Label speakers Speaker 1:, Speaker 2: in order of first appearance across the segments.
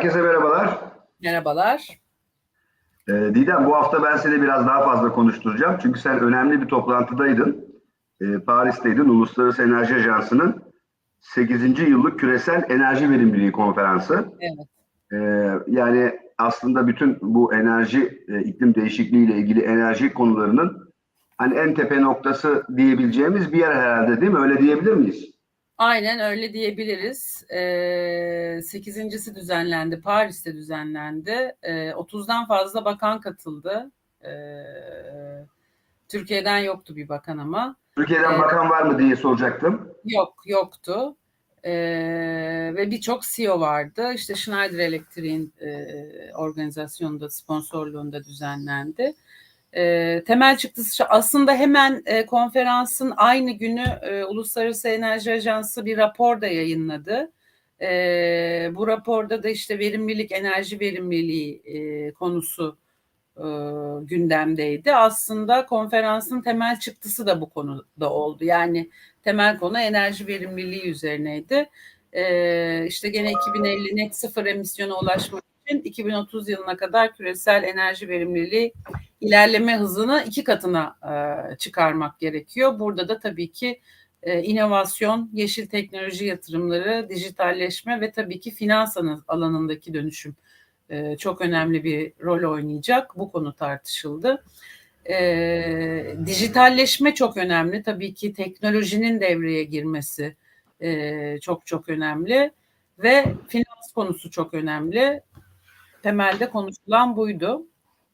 Speaker 1: Herkese merhabalar.
Speaker 2: Merhabalar.
Speaker 1: Didem, bu hafta ben seni biraz daha fazla konuşturacağım. Çünkü sen önemli bir toplantıdaydın. Paris'teydin. Uluslararası Enerji Ajansı'nın 8. yıllık Küresel Enerji Verimliliği Konferansı.
Speaker 2: Evet.
Speaker 1: Yani aslında bütün bu enerji, iklim değişikliği ile ilgili enerji konularının hani en tepe noktası diyebileceğimiz bir yer herhalde, değil mi? Öyle diyebilir miyiz?
Speaker 2: Aynen öyle diyebiliriz. 8.'si düzenlendi. Paris'te düzenlendi. 30'dan fazla bakan katıldı. Türkiye'den yoktu bir bakan ama.
Speaker 1: Türkiye'den
Speaker 2: Ee,
Speaker 1: bakan var mı diye soracaktım.
Speaker 2: yoktu. Ve birçok CEO vardı. İşte Schneider Electric'in organizasyonunda, sponsorluğunda düzenlendi. Temel çıktısı aslında hemen konferansın aynı günü Uluslararası Enerji Ajansı bir rapor da yayınladı. Bu raporda da işte verimlilik, enerji verimliliği konusu gündemdeydi. Aslında konferansın temel çıktısı da bu konuda oldu. Yani temel konu enerji verimliliği üzerineydi. İşte gene 2050 net sıfır emisyona ulaşmak için 2030 yılına kadar küresel enerji verimliliği ilerleme hızını 2 katına çıkarmak gerekiyor. Burada da tabii ki inovasyon, yeşil teknoloji yatırımları, dijitalleşme ve tabii ki finans alanındaki dönüşüm çok önemli bir rol oynayacak. Bu konu tartışıldı. Dijitalleşme çok önemli. Tabii ki teknolojinin devreye girmesi çok çok önemli ve finans konusu çok önemli. Temelde konuşulan buydu.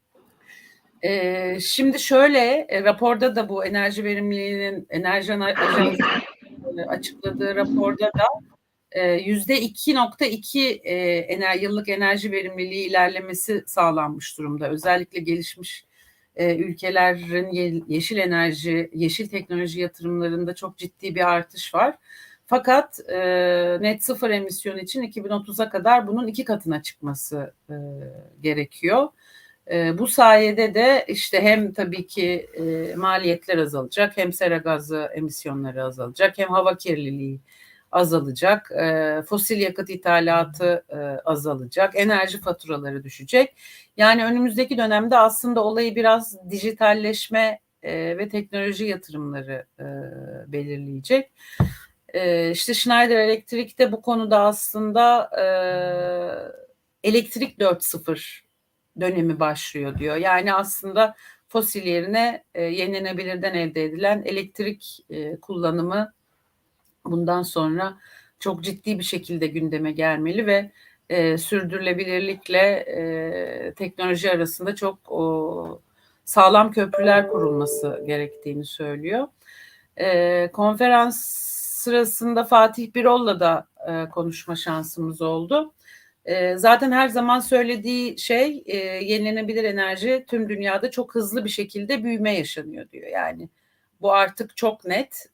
Speaker 2: Şimdi şöyle, raporda da bu enerji verimliliğinin Enerji Ajansı açıkladığı raporda da %2,2 yıllık enerji verimliliği ilerlemesi sağlanmış durumda. Özellikle gelişmiş ülkelerin yeşil enerji, yeşil teknoloji yatırımlarında çok ciddi bir artış var. Fakat net sıfır emisyon için 2030'a kadar bunun 2 katına çıkması gerekiyor. Bu sayede de işte hem tabii ki maliyetler azalacak, hem sera gazı emisyonları azalacak, hem hava kirliliği azalacak, fosil yakıt ithalatı azalacak, enerji faturaları düşecek. Yani önümüzdeki dönemde aslında olayı biraz dijitalleşme ve teknoloji yatırımları belirleyecek. İşte Schneider Electric de bu konuda aslında elektrik 4.0 dönemi başlıyor diyor. Yani aslında fosil yerine yenilenebilirden elde edilen elektrik kullanımı bundan sonra çok ciddi bir şekilde gündeme gelmeli ve sürdürülebilirlikle teknoloji arasında çok sağlam köprüler kurulması gerektiğini söylüyor. Konferans sırasında Fatih Birol'la da konuşma şansımız oldu. Zaten her zaman söylediği şey yenilenebilir enerji tüm dünyada çok hızlı bir şekilde büyüme yaşanıyor diyor. Yani bu artık çok net.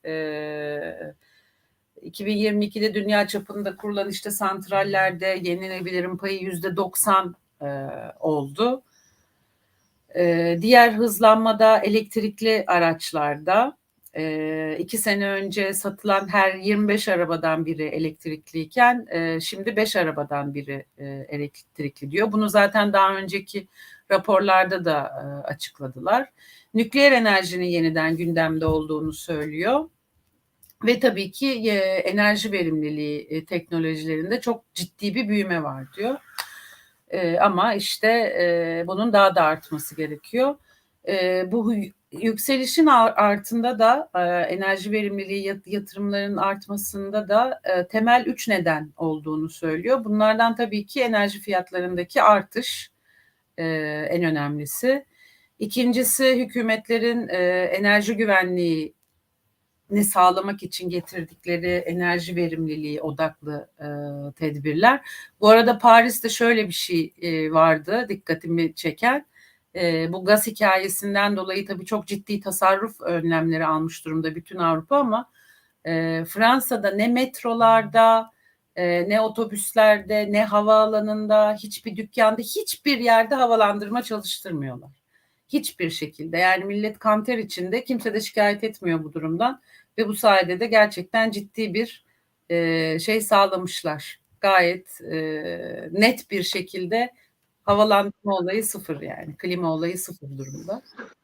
Speaker 2: 2022'de dünya çapında kurulan işte santrallerde yenilenebilirin payı %90 oldu. Diğer hızlanmada elektrikli araçlarda 2 sene önce satılan her 25 arabadan biri elektrikliyken şimdi 5 arabadan biri elektrikli diyor. Bunu zaten daha önceki raporlarda da açıkladılar. Nükleer enerjinin yeniden gündemde olduğunu söylüyor. Ve tabii ki enerji verimliliği teknolojilerinde çok ciddi bir büyüme var diyor. Ama işte bunun daha da artması gerekiyor. Bu yükselişin artında da enerji verimliliği yatırımlarının artmasında da temel 3 neden olduğunu söylüyor. Bunlardan tabii ki enerji fiyatlarındaki artış en önemlisi. İkincisi hükümetlerin enerji güvenliği sağlamak için getirdikleri enerji verimliliği odaklı tedbirler. Bu arada Paris'te şöyle bir şey vardı dikkatimi çeken. Bu gaz hikayesinden dolayı tabii çok ciddi tasarruf önlemleri almış durumda bütün Avrupa ama Fransa'da ne metrolarda, ne otobüslerde, ne havaalanında, hiçbir dükkanda, hiçbir yerde havalandırma çalıştırmıyorlar. Hiçbir şekilde. Yani millet kanter içinde, kimse de şikayet etmiyor bu durumdan ve bu sayede de gerçekten ciddi bir şey sağlamışlar. gayet net bir şekilde havalandırma olayı sıfır, yani klima olayı sıfır durumda.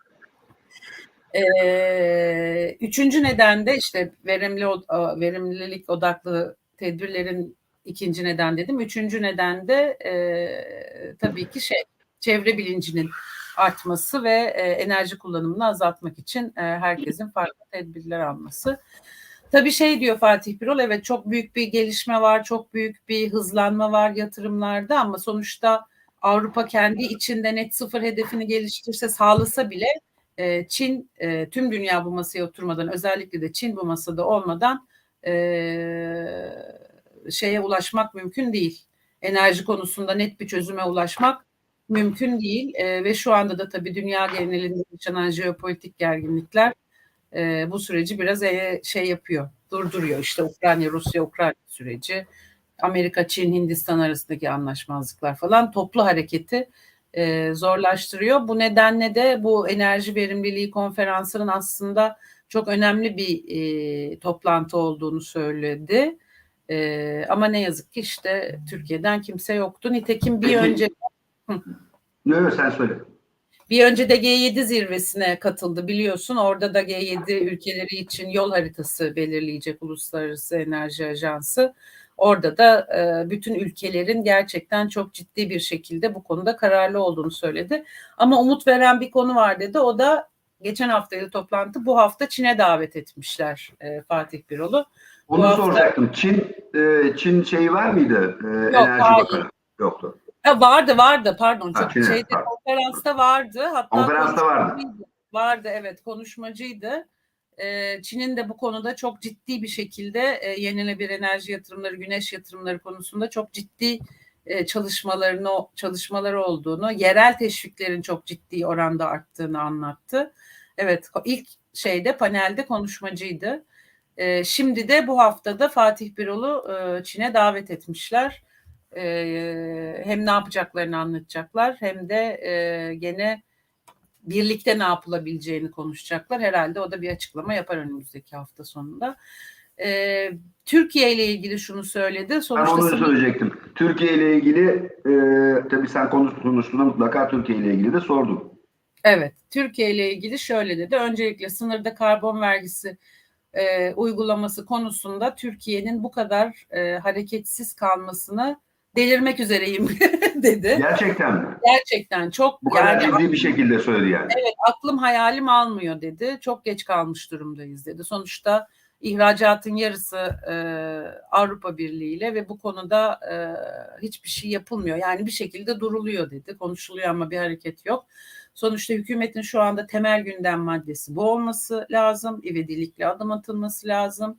Speaker 2: Üçüncü neden de işte verimlilik odaklı tedbirlerin ikinci neden dedim. Üçüncü neden de tabii ki çevre bilincinin artması ve enerji kullanımını azaltmak için herkesin farklı tedbirler alması. Tabii diyor Fatih Birol, evet çok büyük bir gelişme var, çok büyük bir hızlanma var yatırımlarda ama sonuçta Avrupa kendi içinde net sıfır hedefini geliştirse, sağlasa bile Çin tüm dünya bu masaya oturmadan, özellikle de Çin bu masada olmadan şeye ulaşmak mümkün değil. Enerji konusunda net bir çözüme ulaşmak mümkün değil ve şu anda da tabii dünya genelinde yaşanan jeopolitik gerginlikler bu süreci biraz yapıyor, durduruyor. İşte Rusya-Ukrayna süreci, Amerika, Çin, Hindistan arasındaki anlaşmazlıklar falan toplu hareketi zorlaştırıyor. Bu nedenle de bu enerji verimliliği konferansının aslında çok önemli bir toplantı olduğunu söyledi. Ama ne yazık ki işte Türkiye'den kimse yoktu. Nitekim bir önce
Speaker 1: Yok, sen söyle.
Speaker 2: Bir önce de G7 zirvesine katıldı, biliyorsun. Orada da G7 ülkeleri için yol haritası belirleyecek Uluslararası Enerji Ajansı. Orada da bütün ülkelerin gerçekten çok ciddi bir şekilde bu konuda kararlı olduğunu söyledi. Ama umut veren bir konu var dedi. O da geçen haftaydı toplantı. Bu hafta Çin'e davet etmişler Fatih Birol'u.
Speaker 1: Onu soracaktım. Çin şeyi var mıydı?
Speaker 2: Yok,
Speaker 1: Enerji
Speaker 2: hayır.
Speaker 1: Bakanı. Yoktu.
Speaker 2: Vardı pardon.
Speaker 1: Pardon.
Speaker 2: Konferansta vardı. Hatta
Speaker 1: Konferansta vardı.
Speaker 2: Vardı, evet, konuşmacıydı. Çin'in de bu konuda çok ciddi bir şekilde yenilenebilir enerji yatırımları, güneş yatırımları konusunda çok ciddi çalışmaları olduğunu, yerel teşviklerin çok ciddi oranda arttığını anlattı. Evet, ilk panelde konuşmacıydı. Şimdi de bu haftada Fatih Birol'u Çin'e davet etmişler. Hem ne yapacaklarını anlatacaklar, hem de gene birlikte ne yapılabileceğini konuşacaklar. Herhalde o da bir açıklama yapar önümüzdeki hafta sonunda. Türkiye ile ilgili şunu söyledi.
Speaker 1: Sonuçta ben onu söyleyecektim. Türkiye ile ilgili tabii sen konuştuğunda mutlaka Türkiye ile ilgili de sordum.
Speaker 2: Evet, Türkiye ile ilgili şöyle dedi. Öncelikle sınırda karbon vergisi uygulaması konusunda Türkiye'nin bu kadar hareketsiz kalmasını delirmek üzereyim dedi.
Speaker 1: Gerçekten mi?
Speaker 2: Gerçekten çok.
Speaker 1: Bu kadar ciddi bir şekilde söyledi yani.
Speaker 2: Evet, aklım hayalim almıyor dedi. Çok geç kalmış durumdayız dedi. Sonuçta ihracatın yarısı Avrupa Birliği ile ve bu konuda hiçbir şey yapılmıyor. Yani bir şekilde duruluyor dedi. Konuşuluyor ama bir hareket yok. Sonuçta hükümetin şu anda temel gündem maddesi bu olması lazım. İvedilikle adım atılması lazım.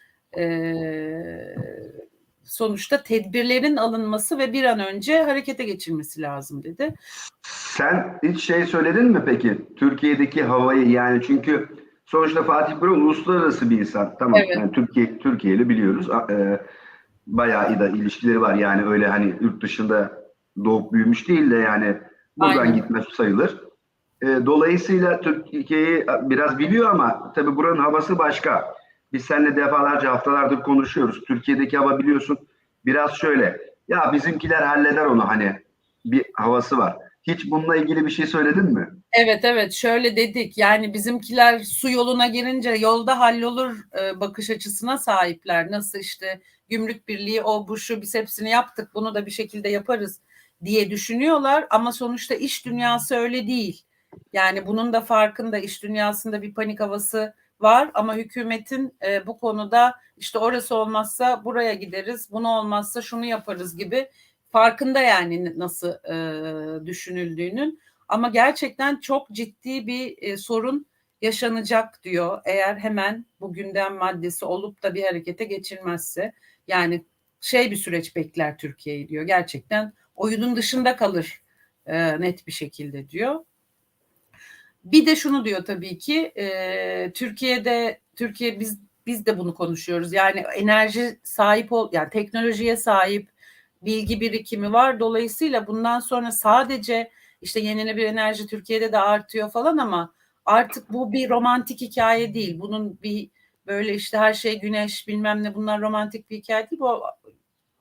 Speaker 2: Sonuçta tedbirlerin alınması ve bir an önce harekete geçilmesi lazım dedi.
Speaker 1: Sen hiç söyledin mi peki Türkiye'deki havayı, yani çünkü sonuçta Fatih Birol uluslararası bir insan. Tamam, evet. Yani Türkiye'li biliyoruz. Bayağı da ilişkileri var, yani öyle hani yurt dışında doğup büyümüş değil de yani buradan Aynen. Gitmez sayılır. Dolayısıyla Türkiye'yi biraz biliyor ama tabii buranın havası başka. Biz seninle defalarca, haftalardır konuşuyoruz. Türkiye'deki hava biliyorsun biraz şöyle. Ya bizimkiler halleder onu, hani bir havası var. Hiç bununla ilgili bir şey söyledin mi? Evet, şöyle dedik. Yani bizimkiler su yoluna girince yolda hallolur bakış açısına sahipler. Nasıl işte gümrük birliği, o bu şu, biz hepsini yaptık, bunu da bir şekilde yaparız diye düşünüyorlar. Ama sonuçta iş dünyası öyle değil. Yani bunun da farkında, iş dünyasında bir panik havası var ama hükümetin bu konuda işte orası olmazsa buraya gideriz, bunu olmazsa şunu yaparız gibi farkında, yani nasıl düşünüldüğünün. Ama gerçekten çok ciddi bir sorun yaşanacak diyor. Eğer hemen bu gündem maddesi olup da bir harekete geçilmezse, yani bir süreç bekler Türkiye'yi diyor. Gerçekten oyunun dışında kalır net bir şekilde diyor. Bir de şunu diyor tabii ki Türkiye biz de bunu konuşuyoruz. Yani enerji yani teknolojiye sahip, bilgi birikimi var. Dolayısıyla bundan sonra sadece işte yenilenebilir enerji Türkiye'de de artıyor falan ama artık bu bir romantik hikaye değil. Bunun bir böyle işte her şey güneş bilmem ne, bunlar romantik bir hikaye değil. Bu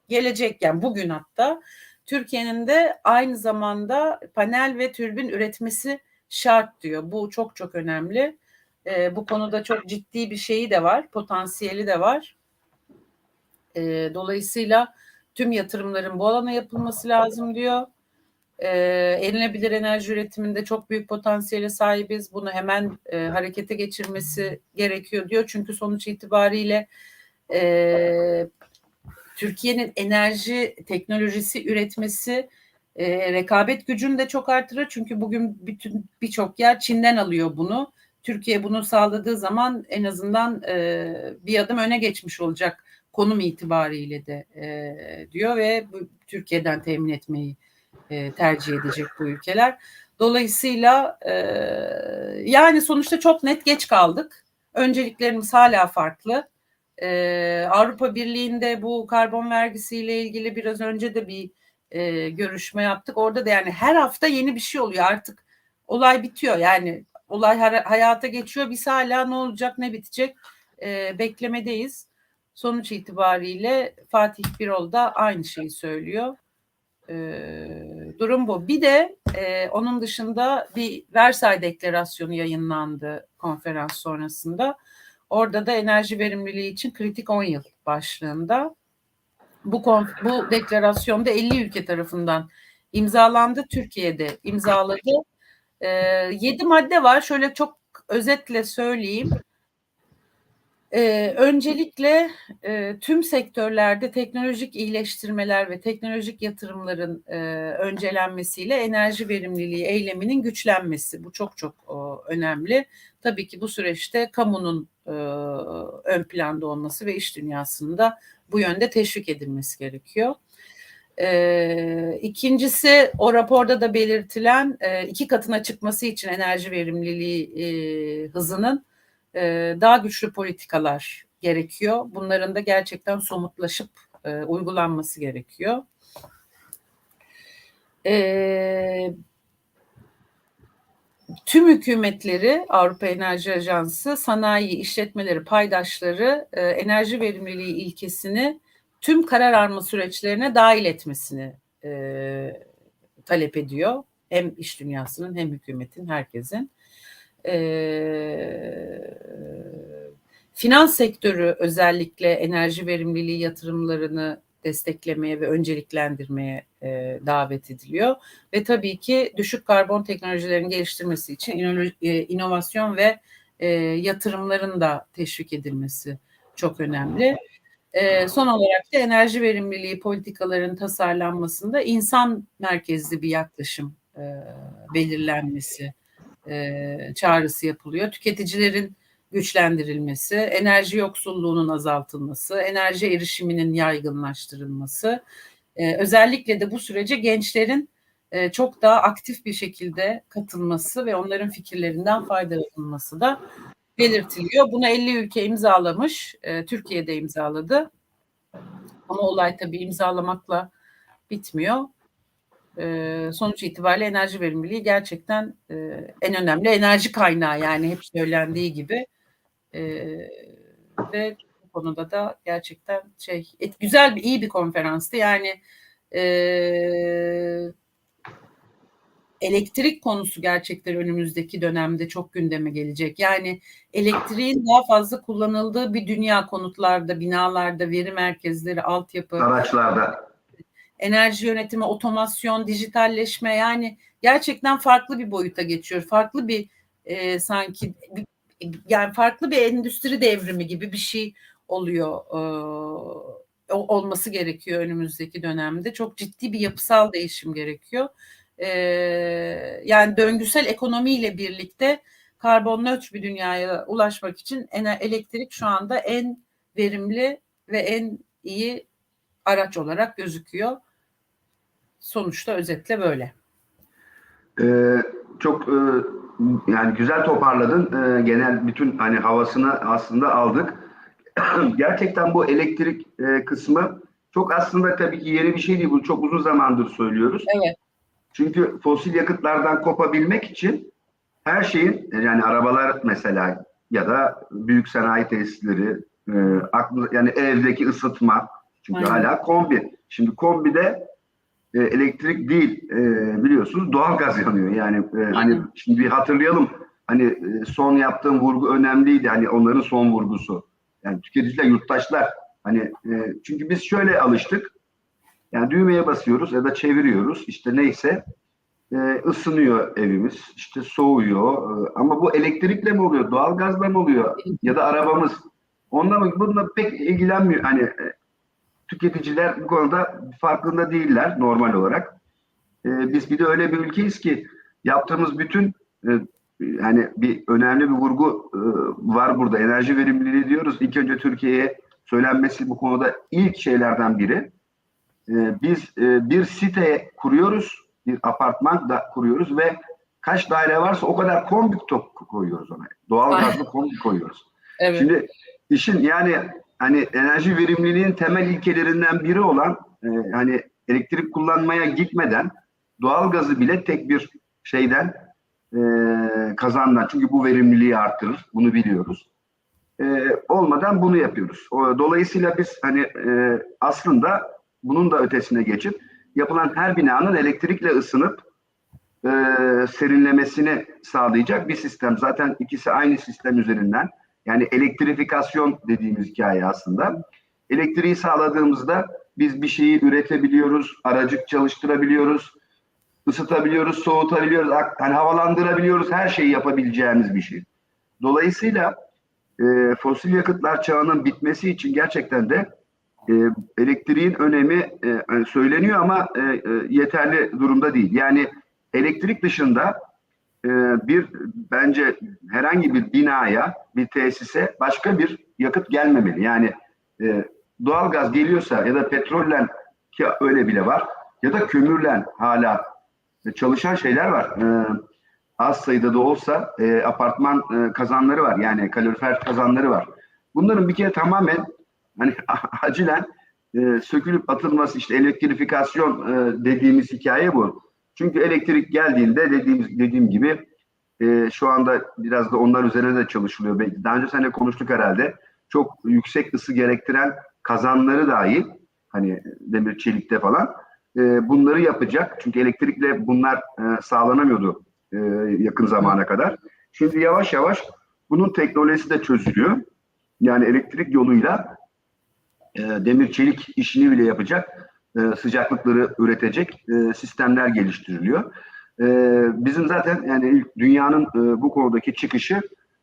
Speaker 2: gelecek, yani bugün hatta Türkiye'nin de aynı zamanda panel ve türbin üretmesi şart diyor. Bu çok çok önemli. Bu konuda çok ciddi bir şeyi de var, potansiyeli de var. Dolayısıyla tüm yatırımların bu alana yapılması lazım diyor. Yenilebilir enerji üretiminde çok büyük potansiyele sahibiz. Bunu hemen harekete geçirmesi gerekiyor diyor. Çünkü sonuç itibariyle Türkiye'nin enerji teknolojisi üretmesi rekabet gücünü de çok artırır. Çünkü bugün birçok yer Çin'den alıyor bunu. Türkiye bunu sağladığı zaman en azından bir adım öne geçmiş olacak konum itibariyle de diyor ve Türkiye'den temin etmeyi tercih edecek bu ülkeler. Dolayısıyla yani sonuçta çok net geç kaldık. Önceliklerimiz hala farklı. Avrupa Birliği'nde bu karbon vergisiyle ilgili biraz önce de bir görüşme yaptık. Orada da yani her hafta yeni bir şey oluyor. Artık olay bitiyor. Yani olay hayata geçiyor. Biz hala ne olacak, ne bitecek beklemedeyiz. Sonuç itibariyle Fatih Birol da aynı şeyi söylüyor. Durum bu. Bir de onun dışında bir Versay Deklarasyonu yayınlandı konferans sonrasında. Orada da enerji verimliliği için kritik 10 yıl başlığında. Bu deklarasyonda 50 ülke tarafından imzalandı. Türkiye'de imzaladı. 7 madde var. Şöyle çok özetle söyleyeyim. Öncelikle tüm sektörlerde teknolojik iyileştirmeler ve teknolojik yatırımların öncelenmesiyle enerji verimliliği eyleminin güçlenmesi. Bu çok çok önemli. Tabii ki bu süreçte kamunun ön planda olması ve iş dünyasında bu yönde teşvik edilmesi gerekiyor. İkincisi, o raporda da belirtilen 2 katına çıkması için enerji verimliliği hızının daha güçlü politikalar gerekiyor. Bunların da gerçekten somutlaşıp uygulanması gerekiyor. Tüm hükümetleri, Avrupa Enerji Ajansı, sanayi, işletmeleri, paydaşları enerji verimliliği ilkesini tüm karar alma süreçlerine dahil etmesini talep ediyor. Hem iş dünyasının hem hükümetin, herkesin. Finans sektörü özellikle enerji verimliliği yatırımlarını desteklemeye ve önceliklendirmeye davet ediliyor. Ve tabii ki düşük karbon teknolojilerin geliştirmesi için inovasyon ve yatırımların da teşvik edilmesi çok önemli. Son olarak da enerji verimliliği politikalarının tasarlanmasında insan merkezli bir yaklaşım belirlenmesi çağrısı yapılıyor. Tüketicilerin güçlendirilmesi, enerji yoksulluğunun azaltılması, enerji erişiminin yaygınlaştırılması, özellikle de bu sürece gençlerin çok daha aktif bir şekilde katılması ve onların fikirlerinden faydalanılması da belirtiliyor. Bunu 50 ülke imzalamış, Türkiye'de imzaladı. Ama olay tabii imzalamakla bitmiyor. Sonuç itibariyle enerji verimliliği gerçekten en önemli enerji kaynağı, yani hep söylendiği gibi. Ve bu konuda da gerçekten güzel iyi bir konferanstı. Yani elektrik konusu gerçekten önümüzdeki dönemde çok gündeme gelecek. Yani elektriğin daha fazla kullanıldığı bir dünya, konutlarda, binalarda, veri merkezleri, altyapı,
Speaker 1: Araçlarda.
Speaker 2: enerji yönetimi, otomasyon, dijitalleşme, yani gerçekten farklı bir boyuta geçiyor. Farklı bir sanki yani farklı bir endüstri devrimi gibi bir şey oluyor. Olması gerekiyor önümüzdeki dönemde. Çok ciddi bir yapısal değişim gerekiyor. Yani döngüsel ekonomiyle birlikte karbon nötr bir dünyaya ulaşmak için elektrik şu anda en verimli ve en iyi araç olarak gözüküyor. Sonuçta özetle böyle.
Speaker 1: Çok yani güzel toparladın. Genel bütün hani havasını aslında aldık. Gerçekten bu elektrik kısmı çok aslında tabii ki yeni bir şey değil. Bunu çok uzun zamandır söylüyoruz.
Speaker 2: Evet.
Speaker 1: Çünkü fosil yakıtlardan kopabilmek için her şeyin, yani arabalar mesela ya da büyük sanayi tesisleri, yani evdeki ısıtma, çünkü
Speaker 2: Aynen.
Speaker 1: hala kombi. Şimdi kombide elektrik değil, biliyorsunuz doğalgaz yanıyor. Yani hani şimdi bir hatırlayalım. Hani son yaptığım vurgu önemliydi. Hani onların son vurgusu. Yani tüketiciler, yurttaşlar. Hani çünkü biz şöyle alıştık. Yani düğmeye basıyoruz ya da çeviriyoruz. İşte neyse ısınıyor evimiz. İşte soğuyor. Ama bu elektrikle mi oluyor? Doğalgazla mı oluyor? Ya da arabamız. Onunla mı? Bununla pek ilgilenmiyor. Hani tüketiciler bu konuda farkında değiller normal olarak. Biz bir de öyle bir ülkeyiz ki yaptığımız bütün yani bir önemli bir vurgu var burada. Enerji verimliliği diyoruz. İlk önce Türkiye'ye söylenmesi bu konuda ilk şeylerden biri. Biz bir site kuruyoruz, bir apartman da kuruyoruz ve kaç daire varsa o kadar kombi koyuyoruz ona. Doğalgazlı kombi koyuyoruz.
Speaker 2: Evet.
Speaker 1: Şimdi işin yani hani enerji verimliliğinin temel ilkelerinden biri olan hani elektrik kullanmaya gitmeden doğalgazı bile tek bir şeyden kazandan, çünkü bu verimliliği artırır. Bunu biliyoruz. Olmadan bunu yapıyoruz. Dolayısıyla biz hani aslında bunun da ötesine geçip yapılan her binanın elektrikle ısınıp serinlemesini sağlayacak bir sistem. Zaten ikisi aynı sistem üzerinden. Yani elektrifikasyon dediğimiz hikaye aslında. Elektriği sağladığımızda biz bir şeyi üretebiliyoruz, aracık çalıştırabiliyoruz, ısıtabiliyoruz, soğutabiliyoruz, hani havalandırabiliyoruz, her şeyi yapabileceğimiz bir şey. Dolayısıyla fosil yakıtlar çağının bitmesi için gerçekten de e, elektriğin önemi hani söyleniyor ama yeterli durumda değil. Yani elektrik dışında e, bence herhangi bir binaya, bir tesise başka bir yakıt gelmemeli. Yani doğalgaz geliyorsa ya da petrolle, ki öyle bile var, ya da kömürle hala çalışan şeyler var. Az sayıda da olsa apartman kazanları var. Yani kalorifer kazanları var. Bunların bir kere tamamen hani acilen sökülüp atılması, işte elektrifikasyon dediğimiz hikaye bu. Çünkü elektrik geldiğinde dediğim gibi şu anda biraz da onlar üzerine de çalışılıyor. Belki daha önce seninle konuştuk herhalde. Çok yüksek ısı gerektiren kazanları dahi, hani demir çelikte falan bunları yapacak. Çünkü elektrikle bunlar sağlanamıyordu yakın zamana kadar. Şimdi yavaş yavaş bunun teknolojisi de çözülüyor. Yani elektrik yoluyla demir çelik işini bile yapacak, sıcaklıkları üretecek sistemler geliştiriliyor. Bizim zaten yani dünyanın bu konudaki çıkışı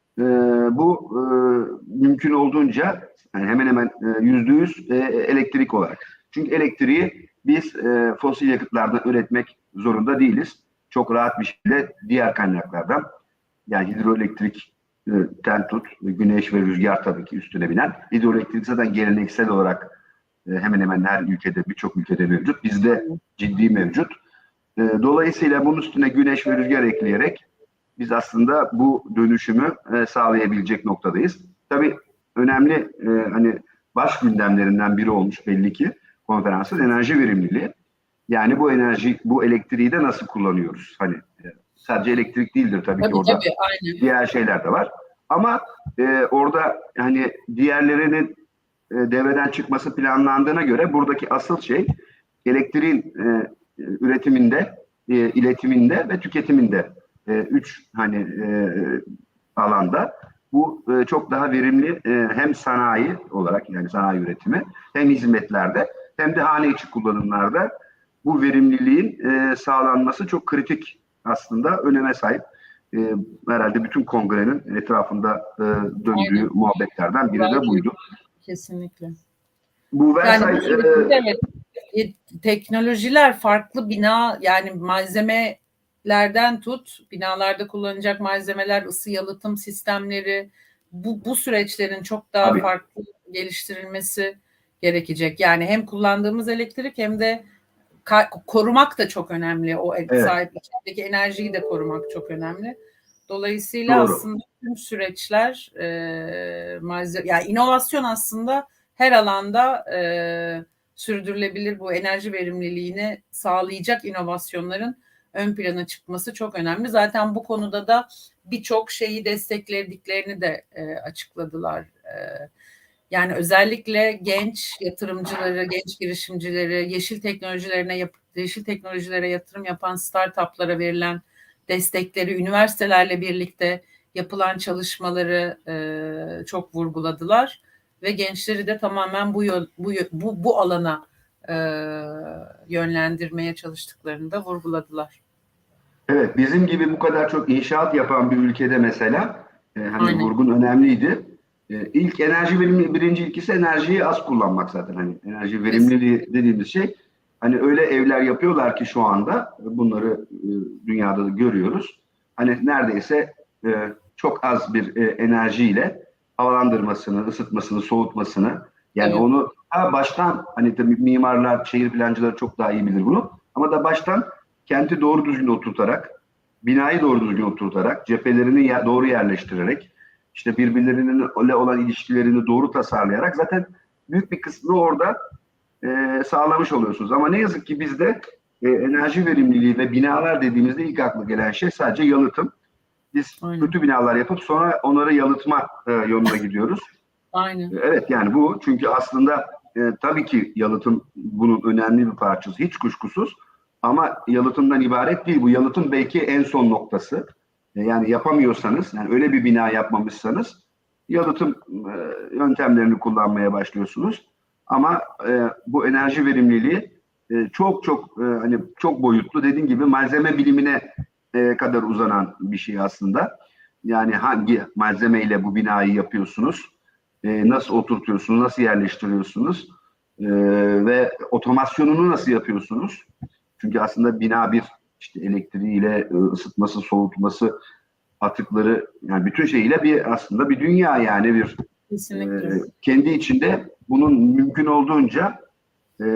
Speaker 1: bu mümkün olduğunca yani hemen hemen %100 elektrik olarak. Çünkü elektriği biz fosil yakıtlardan üretmek zorunda değiliz. Çok rahat bir şekilde diğer kaynaklardan, yani hidroelektrikten tut, güneş ve rüzgar tabii ki üstüne binen. Hidroelektrik zaten geleneksel olarak hemen hemen her ülkede, birçok ülkede mevcut. Bizde ciddi mevcut. Dolayısıyla bunun üstüne güneş ve rüzgar ekleyerek biz aslında bu dönüşümü sağlayabilecek noktadayız. Tabii önemli hani baş gündemlerinden biri olmuş belli ki konferansın enerji verimliliği. Yani bu enerji, bu elektriği de nasıl kullanıyoruz? Hani sadece elektrik değildir tabii ki, orada
Speaker 2: Aynen.
Speaker 1: diğer şeyler de var. Ama orada hani diğerlerinin devreden çıkması planlandığına göre buradaki asıl şey elektriğin üretiminde, iletiminde ve tüketiminde üç hani alanda bu çok daha verimli hem sanayi olarak, yani sanayi üretimi, hem hizmetlerde hem de hane içi kullanımlarda bu verimliliğin sağlanması çok kritik aslında öneme sahip. Herhalde bütün kongrenin etrafında döndüğü
Speaker 2: Aynen.
Speaker 1: muhabbetlerden biri de buydu.
Speaker 2: Kesinlikle.
Speaker 1: Bu Versailles
Speaker 2: Yani teknolojiler farklı, bina yani malzemelerden tut, binalarda kullanacak malzemeler, ısı yalıtım sistemleri, bu süreçlerin çok daha
Speaker 1: tabii,
Speaker 2: farklı geliştirilmesi gerekecek. Yani hem kullandığımız elektrik hem de korumak da çok önemli. O sahiplik enerjiyi de korumak çok önemli. Dolayısıyla
Speaker 1: doğru.
Speaker 2: aslında tüm süreçler yani inovasyon aslında her alanda sürdürülebilir bu enerji verimliliğini sağlayacak inovasyonların ön plana çıkması çok önemli. Zaten bu konuda da birçok şeyi desteklediklerini de açıkladılar. Yani özellikle genç yatırımcıları, genç girişimcileri, yeşil teknolojilere yatırım yapan startuplara verilen destekleri, üniversitelerle birlikte yapılan çalışmaları çok vurguladılar ve gençleri de tamamen bu alana yönlendirmeye çalıştıklarını da vurguladılar.
Speaker 1: Evet, bizim gibi bu kadar çok inşaat yapan bir ülkede mesela hani
Speaker 2: Aynen.
Speaker 1: vurgun önemliydi. İlk enerji verimli, birinci ilkesi enerjiyi az kullanmak zaten. Hani enerji verimliliği dediğimiz şey, hani öyle evler yapıyorlar ki şu anda bunları dünyada da görüyoruz. Hani neredeyse çok az bir enerjiyle havalandırmasını, ısıtmasını, soğutmasını, yani
Speaker 2: Evet.
Speaker 1: onu baştan, hani tabii mimarlar, şehir plancıları çok daha iyi bilir bunu, ama da baştan kenti doğru düzgün oturtarak, binayı doğru düzgün oturtarak, cephelerini doğru yerleştirerek, işte birbirlerinin olan ilişkilerini doğru tasarlayarak zaten büyük bir kısmını orada sağlamış oluyorsunuz. Ama ne yazık ki bizde enerji verimliliği ve binalar dediğimizde ilk akla gelen şey sadece yalıtım. Biz
Speaker 2: Aynen.
Speaker 1: kötü binalar yapıp sonra onları yalıtma yoluna gidiyoruz.
Speaker 2: Aynen.
Speaker 1: Evet, yani bu çünkü aslında tabii ki yalıtım bunun önemli bir parçası, hiç kuşkusuz, ama yalıtımdan ibaret değil. Bu yalıtım belki en son noktası. Yani yapamıyorsanız, yani öyle bir bina yapmamışsanız yalıtım yöntemlerini kullanmaya başlıyorsunuz. Ama bu enerji verimliliği çok çok hani çok boyutlu, dediğim gibi malzeme bilimine kadar uzanan bir şey aslında. Yani hangi malzemeyle bu binayı yapıyorsunuz? Nasıl oturtuyorsunuz, nasıl yerleştiriyorsunuz ve otomasyonunu nasıl yapıyorsunuz? Çünkü aslında bina bir, işte elektriğiyle, ısıtması, soğutması, atıkları, yani bütün şeyiyle bir aslında bir dünya, yani bir
Speaker 2: Kesinlikle.
Speaker 1: kendi içinde bunun mümkün olduğunca e,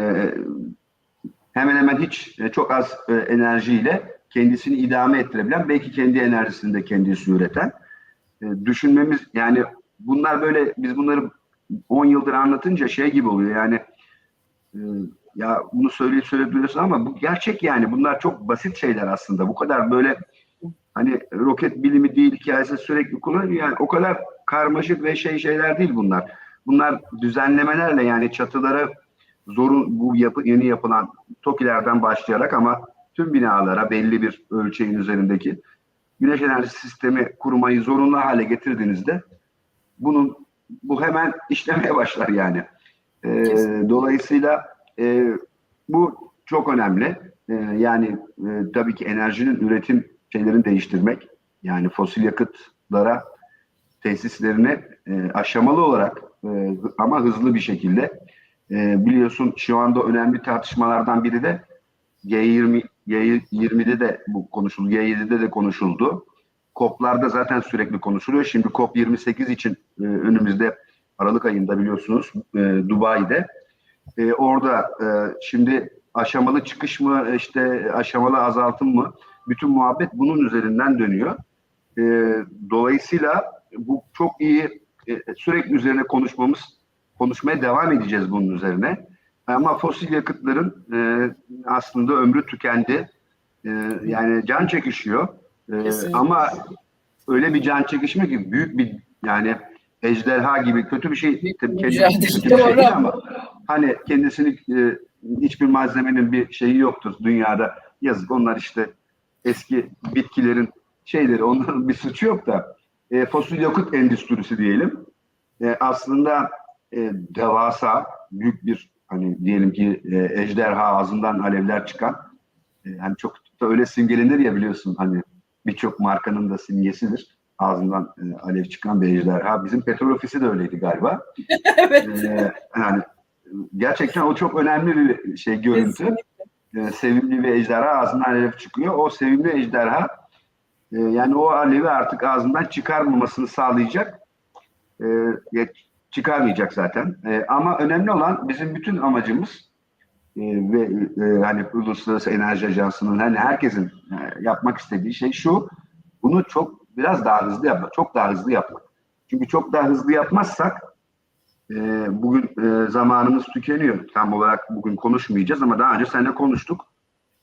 Speaker 1: hemen hemen hiç çok az enerjiyle kendisini idame ettirebilen, belki kendi enerjisini de kendisi üreten, düşünmemiz, yani bunlar böyle, biz bunları 10 yıldır anlatınca şey gibi oluyor yani, e, ya bunu söyleyip duruyorsun ama bu gerçek, yani bunlar çok basit şeyler aslında. Bu kadar böyle hani roket bilimi değil hikayesi sürekli kullanılıyor, yani o kadar karmaşık ve şeyler değil bunlar. Bunlar düzenlemelerle, yani çatılara zorun, bu yeni yapılan TOKİ'lerden başlayarak ama tüm binalara belli bir ölçeğin üzerindeki güneş enerji sistemi kurmayı zorunlu hale getirdiğinizde bu hemen işlemeye başlar yani. E,
Speaker 2: Kesinlikle.
Speaker 1: Dolayısıyla bu çok önemli. Yani tabii ki enerjinin üretim şeylerini değiştirmek, yani fosil yakıtlara tesislerini aşamalı olarak ama hızlı bir şekilde, biliyorsun şu anda önemli tartışmalardan biri de G20'de de bu konuşuldu, G7'de de konuşuldu. COP'larda zaten sürekli konuşuluyor. Şimdi COP28 için önümüzde Aralık ayında, biliyorsunuz, Dubai'de. Orada şimdi aşamalı çıkış mı, işte aşamalı azaltım mı? Bütün muhabbet bunun üzerinden dönüyor. E, Dolayısıyla bu çok iyi, sürekli üzerine konuşmaya devam edeceğiz bunun üzerine. Ama fosil yakıtların aslında ömrü tükendi. E, Yani can çekişiyor.
Speaker 2: Kesinlikle.
Speaker 1: Ama öyle bir can çekişme ki, büyük bir, yani ejderha gibi, kötü bir şey
Speaker 2: Büyük bir
Speaker 1: tabii, kendisi
Speaker 2: mücadele.
Speaker 1: kötü bir şey
Speaker 2: Doğru.
Speaker 1: değil ama hani kendisini hiçbir malzemenin bir şeyi yoktur dünyada. Yazık, onlar işte eski bitkilerin şeyleri, onların bir suçu yok da fosil yakıt endüstrisi diyelim. Aslında devasa, büyük bir, hani diyelim ki ejderha, ağzından alevler çıkan, hani çok da öyle simgelenir ya, biliyorsun, hani birçok markanın da simgesidir. Ağzından alev çıkan bir ejderha. Bizim petrol ofisi de öyleydi galiba.
Speaker 2: Evet.
Speaker 1: Yani gerçekten o çok önemli bir şey, görüntü.
Speaker 2: Kesinlikle.
Speaker 1: Sevimli bir ejderha, ağzından alev çıkıyor. O sevimli ejderha yani o alevi artık ağzından çıkarmamasını sağlayacak. Çıkarmayacak zaten. Ama önemli olan, bizim bütün amacımız ve hani Uluslararası Enerji Ajansı'nın, hani herkesin yapmak istediği şey şu: bunu biraz daha hızlı yapmak, çok daha hızlı yapmak. Çünkü çok daha hızlı yapmazsak bugün zamanımız tükeniyor. Tam olarak bugün konuşmayacağız ama daha önce seninle konuştuk.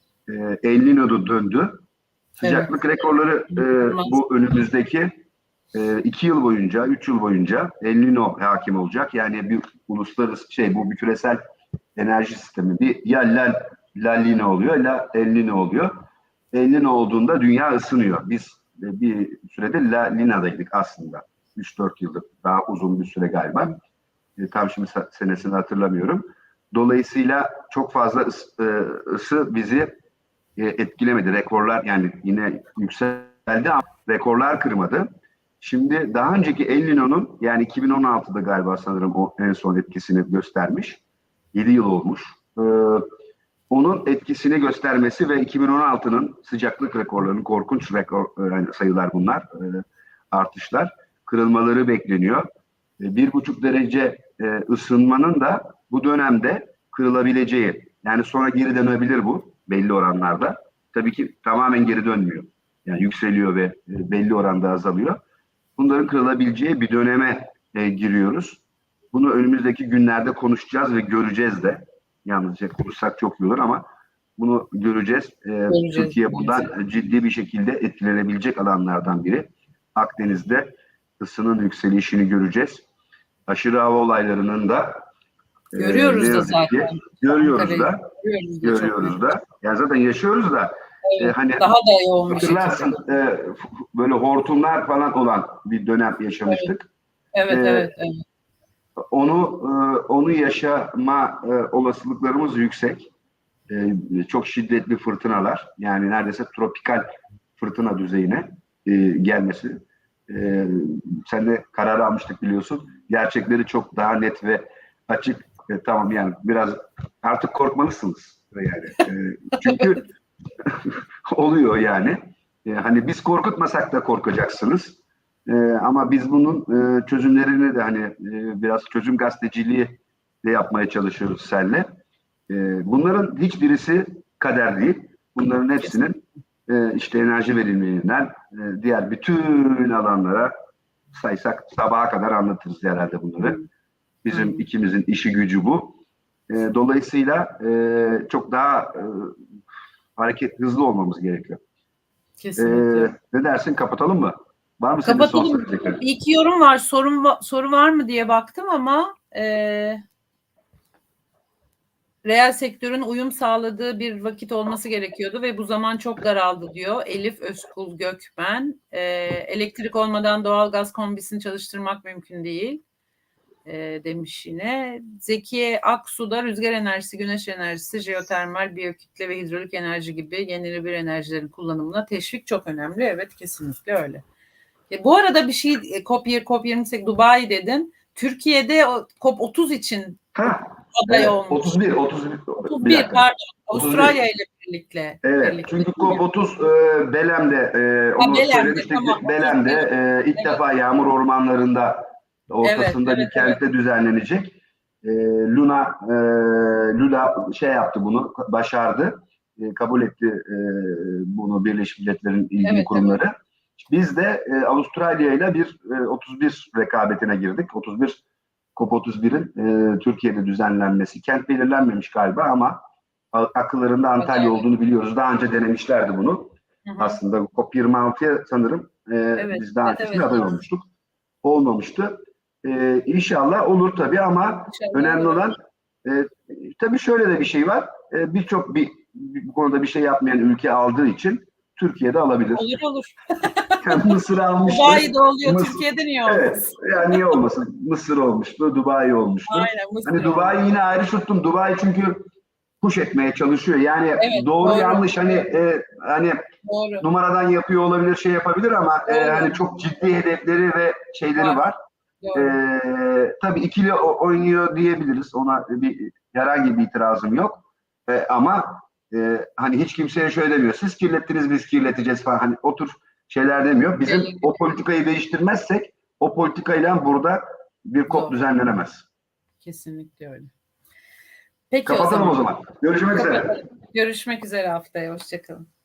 Speaker 1: El Niño'da döndü.
Speaker 2: Evet.
Speaker 1: Sıcaklık rekorları bu önümüzdeki 2 yıl boyunca, 3 yıl boyunca El Niño hakim olacak. Yani bir uluslararası bu bir küresel enerji sistemi. Ya La Niña oluyor, ya El Niño oluyor. El Niño olduğunda dünya ısınıyor. Biz bir sürede La Niña'daydık aslında. 3-4 yıldır, daha uzun bir süre galiba. Tam şimdi senesini hatırlamıyorum. Dolayısıyla çok fazla ısı bizi etkilemedi. Rekorlar yani yine yükseldi ama rekorlar kırmadı. Şimdi daha önceki El Niño'nun yani 2016'da galiba sanırım o en son etkisini göstermiş. 7 yıl olmuş. Onun etkisini göstermesi ve 2016'nın sıcaklık rekorlarının korkunç yani sayılar bunlar, artışlar, kırılmaları bekleniyor. 1,5 derece ısınmanın da bu dönemde kırılabileceği, yani sonra geri dönebilir bu belli oranlarda. Tabii ki tamamen geri dönmüyor. Yani yükseliyor ve belli oranda azalıyor. Bunların kırılabileceği bir döneme giriyoruz. Bunu önümüzdeki günlerde konuşacağız ve göreceğiz de. Yalnızca konuşsak çok iyi olur ama bunu göreceğiz. Türkiye bundan ciddi bir şekilde etkilenebilecek alanlardan biri. Akdeniz'de ısının yükselişini göreceğiz. Aşırı hava olaylarının da
Speaker 2: görüyoruz da zaten.
Speaker 1: Görüyoruz da. Yani zaten yaşıyoruz da.
Speaker 2: Evet,
Speaker 1: hani
Speaker 2: daha da yoğun bir
Speaker 1: şekilde. Böyle hortumlar falan olan bir dönem yaşamıştık.
Speaker 2: Evet.
Speaker 1: Onu yaşama olasılıklarımız yüksek. Çok şiddetli fırtınalar, yani neredeyse tropikal fırtına düzeyine gelmesi. Sen karar almıştık biliyorsun. Gerçekleri çok daha net ve açık. Tamam, yani biraz artık korkmalısınız yani. Çünkü oluyor yani. Hani biz korkutmasak da korkacaksınız. Ama biz bunun çözümlerini de hani biraz çözüm gazeteciliği de yapmaya çalışıyoruz seninle. Bunların hiçbirisi kader değil. Bunların hepsinin işte enerji verimliliğinden diğer bütün alanlara saysak sabaha kadar anlatırız herhalde bunları. Bizim ikimizin işi gücü bu. Dolayısıyla çok daha hızlı olmamız gerekiyor.
Speaker 2: Kesinlikle.
Speaker 1: Ne dersin, kapatalım mı? Var mı senin son söyleyeceklerin?
Speaker 2: Bir iki yorum var. Soru var mı diye baktım ama reel sektörün uyum sağladığı bir vakit olması gerekiyordu ve bu zaman çok daraldı diyor Elif Özkul Gökmen. Elektrik olmadan doğalgaz kombisini çalıştırmak mümkün değil demiş yine. Zekiye Aksu'da rüzgar enerjisi, güneş enerjisi, jeotermal, biyokütle ve hidrolik enerji gibi yenilenebilir enerjilerin kullanımına teşvik çok önemli. Evet, kesinlikle öyle. Bu arada bir şey COP28 Dubai dedin. Türkiye'de COP30 için aday olmuş. 31 pardon. Avustralya ile birlikte.
Speaker 1: Evet. Çünkü COP30 Belem'de onu söylemiştik. Tamam. Belem'de ilk defa yağmur ormanlarında ortasında bir kentte düzenlenecek. Lula yaptı bunu, başardı. Kabul etti bunu Birleşmiş Milletler'in ilgili kurumları. Evet. Biz de Avustralya ile bir 31 rekabetine girdik. COP31'in Türkiye'de düzenlenmesi. Kent belirlenmemiş galiba ama akıllarında Antalya olduğunu biliyoruz. Daha önce denemişlerdi bunu. Aslında COP26'ya sanırım biz daha öncesinde aday olmuştuk. Olmamıştı. İnşallah olur tabii ama önemli olan tabii şöyle de bir şey var. Birçok bu konuda bir şey yapmayan ülke aldığı için Türkiye'de alabilir.
Speaker 2: Olur.
Speaker 1: Yani Mısır almıştı.
Speaker 2: Dubai'de oluyor. Türkiye'de niye olmasın?
Speaker 1: Evet. Yani niye olmasın? Mısır olmuştu. Dubai olmuştu.
Speaker 2: Aynen, Mısır
Speaker 1: hani Dubai yine ayrı tuttum. Dubai çünkü push etmeye çalışıyor. Yani doğru yanlış hani doğru. Numaradan yapıyor olabilir, şey yapabilir ama hani çok ciddi hedefleri ve şeyleri var. Tabii ikili oynuyor diyebiliriz. Ona herhangi bir itirazım yok. Ama hani hiç kimseye şöyle demiyor. Siz kirlettiniz, biz kirleteceğiz falan. Hani o tür şeyler demiyor. Bizim o politikayı değiştirmezsek o politikayla burada bir COP düzenlenemez.
Speaker 2: Kesinlikle öyle. Peki
Speaker 1: kapatalım o zaman. Görüşmek üzere.
Speaker 2: Görüşmek üzere haftaya. Hoşçakalın.